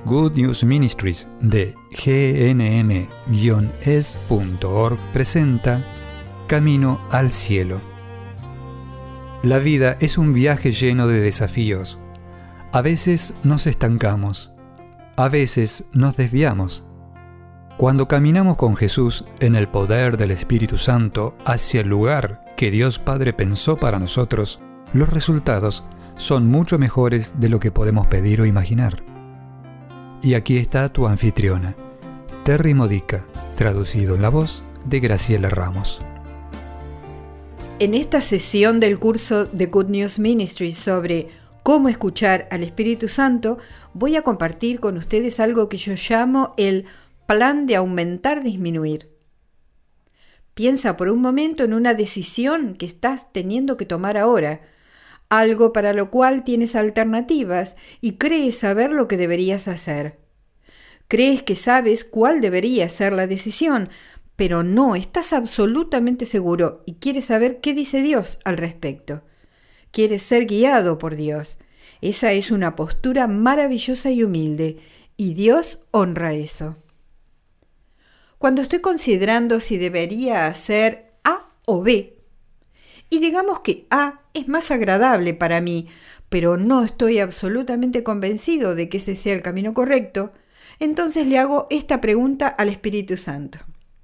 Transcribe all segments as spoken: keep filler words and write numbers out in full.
Good News Ministries de G N M S punto org presenta Camino al Cielo. La vida es un viaje lleno de desafíos. A veces nos estancamos, a veces nos desviamos. Cuando caminamos con Jesús en el poder del Espíritu Santo hacia el lugar que Dios Padre pensó para nosotros, los resultados son mucho mejores de lo que podemos pedir o imaginar. Y aquí está tu anfitriona, Terry Modica, traducido en la voz de Graciela Ramos. En esta sesión del curso de Good News Ministries sobre cómo escuchar al Espíritu Santo, voy a compartir con ustedes algo que yo llamo el plan de aumentar-disminuir. Piensa por un momento en una decisión que estás teniendo que tomar ahora, algo para lo cual tienes alternativas y crees saber lo que deberías hacer. Crees que sabes cuál debería ser la decisión, pero no estás absolutamente seguro y quieres saber qué dice Dios al respecto. Quieres ser guiado por Dios. Esa es una postura maravillosa y humilde, y Dios honra eso. Cuando estoy considerando si debería hacer A o B, y digamos que A es más agradable para mí, pero no estoy absolutamente convencido de que ese sea el camino correcto, entonces le hago esta pregunta al Espíritu Santo.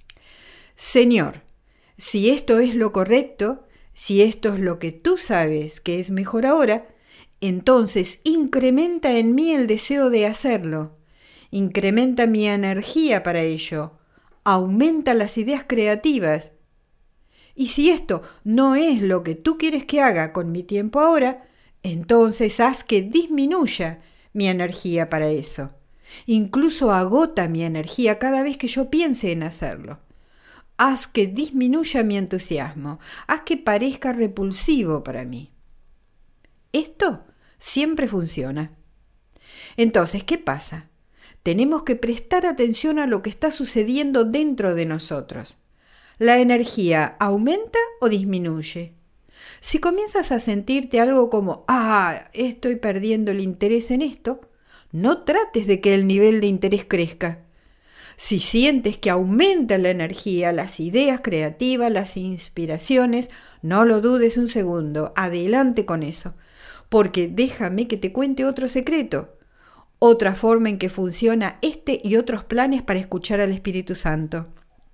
Señor, si esto es lo correcto, si esto es lo que tú sabes que es mejor ahora, entonces incrementa en mí el deseo de hacerlo, incrementa mi energía para ello, aumenta las ideas creativas. Y si esto no es lo que tú quieres que haga con mi tiempo ahora, entonces haz que disminuya mi energía para eso. Incluso agota mi energía cada vez que yo piense en hacerlo. Haz que disminuya mi entusiasmo. Haz que parezca repulsivo para mí. Esto siempre funciona. Entonces, ¿qué pasa? Tenemos que prestar atención a lo que está sucediendo dentro de nosotros. ¿La energía aumenta o disminuye? Si comienzas a sentirte algo como, ah, estoy perdiendo el interés en esto, no trates de que el nivel de interés crezca. Si sientes que aumenta la energía, las ideas creativas, las inspiraciones, no lo dudes un segundo, adelante con eso. Porque déjame que te cuente otro secreto, otra forma en que funciona este y otros planes para escuchar al Espíritu Santo.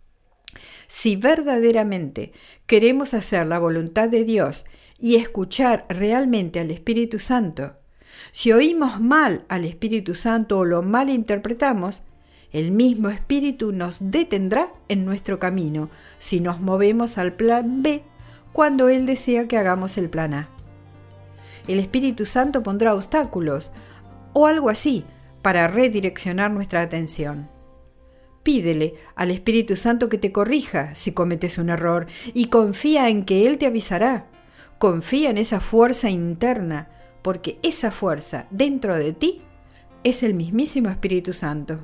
Si verdaderamente queremos hacer la voluntad de Dios y escuchar realmente al Espíritu Santo, si oímos mal al Espíritu Santo o lo malinterpretamos, el mismo Espíritu nos detendrá en nuestro camino si nos movemos al plan B cuando Él desea que hagamos el plan A. El Espíritu Santo pondrá obstáculos o algo así para redireccionar nuestra atención. Pídele al Espíritu Santo que te corrija si cometes un error y confía en que Él te avisará. Confía en esa fuerza interna, porque esa fuerza dentro de ti es el mismísimo Espíritu Santo.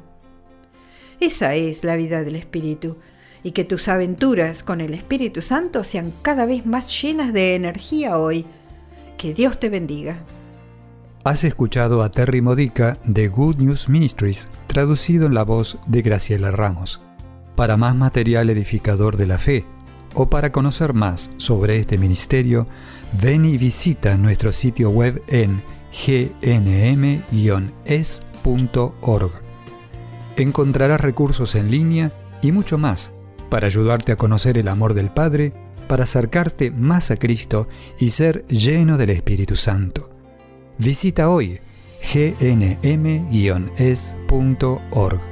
Esa es la vida del Espíritu, y que tus aventuras con el Espíritu Santo sean cada vez más llenas de energía hoy. Que Dios te bendiga. Has escuchado a Terry Modica de Good News Ministries, traducido en la voz de Graciela Ramos. Para más material edificador de la fe, o para conocer más sobre este ministerio, ven y visita nuestro sitio web en G N M S punto org. Encontrarás recursos en línea y mucho más para ayudarte a conocer el amor del Padre, para acercarte más a Cristo y ser lleno del Espíritu Santo. Visita hoy G N M S punto org.